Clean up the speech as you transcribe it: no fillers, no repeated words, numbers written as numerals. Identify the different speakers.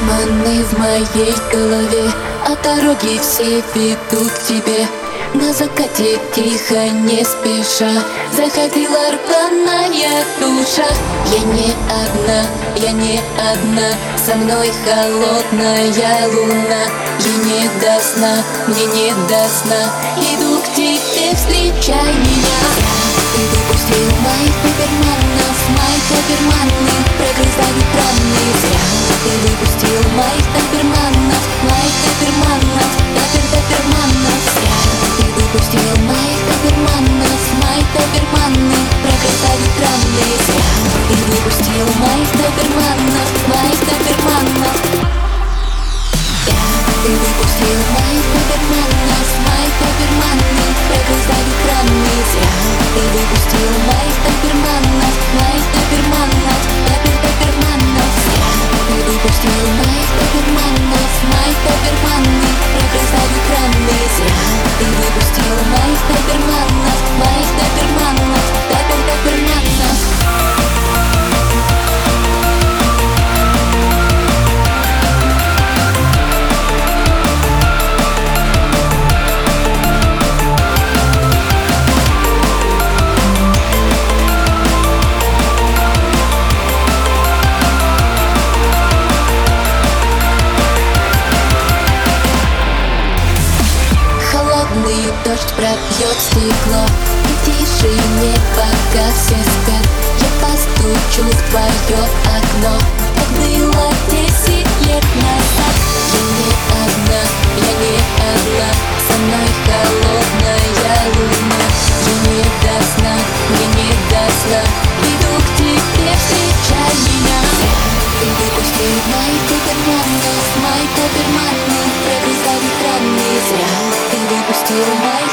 Speaker 1: Туманы в моей голове, а дороги все ведут к тебе. На закате тихо, не спеша, заходила рваная душа. Я не одна, я не одна, со мной холодная луна. Мне не до сна, мне не до сна, иду к тебе, встречай меня. Ты выпустил моих доберманов, прогрызают раны. Зря ты выпустил моих доберманов, доберманов. Зря ты выпустил моих доберманы, прогрызают раны. Зря ты выпустил моих доберманов. Ты выпустил моих доберманов, прогрызают раны. Зря ты выпустил моих доберманов, Зря ты выпустил моих доберманов, прогрызают раны. Зря ты выпустил моих доберманов, доберманов. Дождь пробьет стекло, и тише не пока все спят. Я постучу в твое окно, как было 10 лет назад. Я не одна, со мной холодная луна. Мне не до сна, иду к тебе, встречай меня. Ты выпустил моих доберманов, прогрызают раны. Зря ты выпустил моих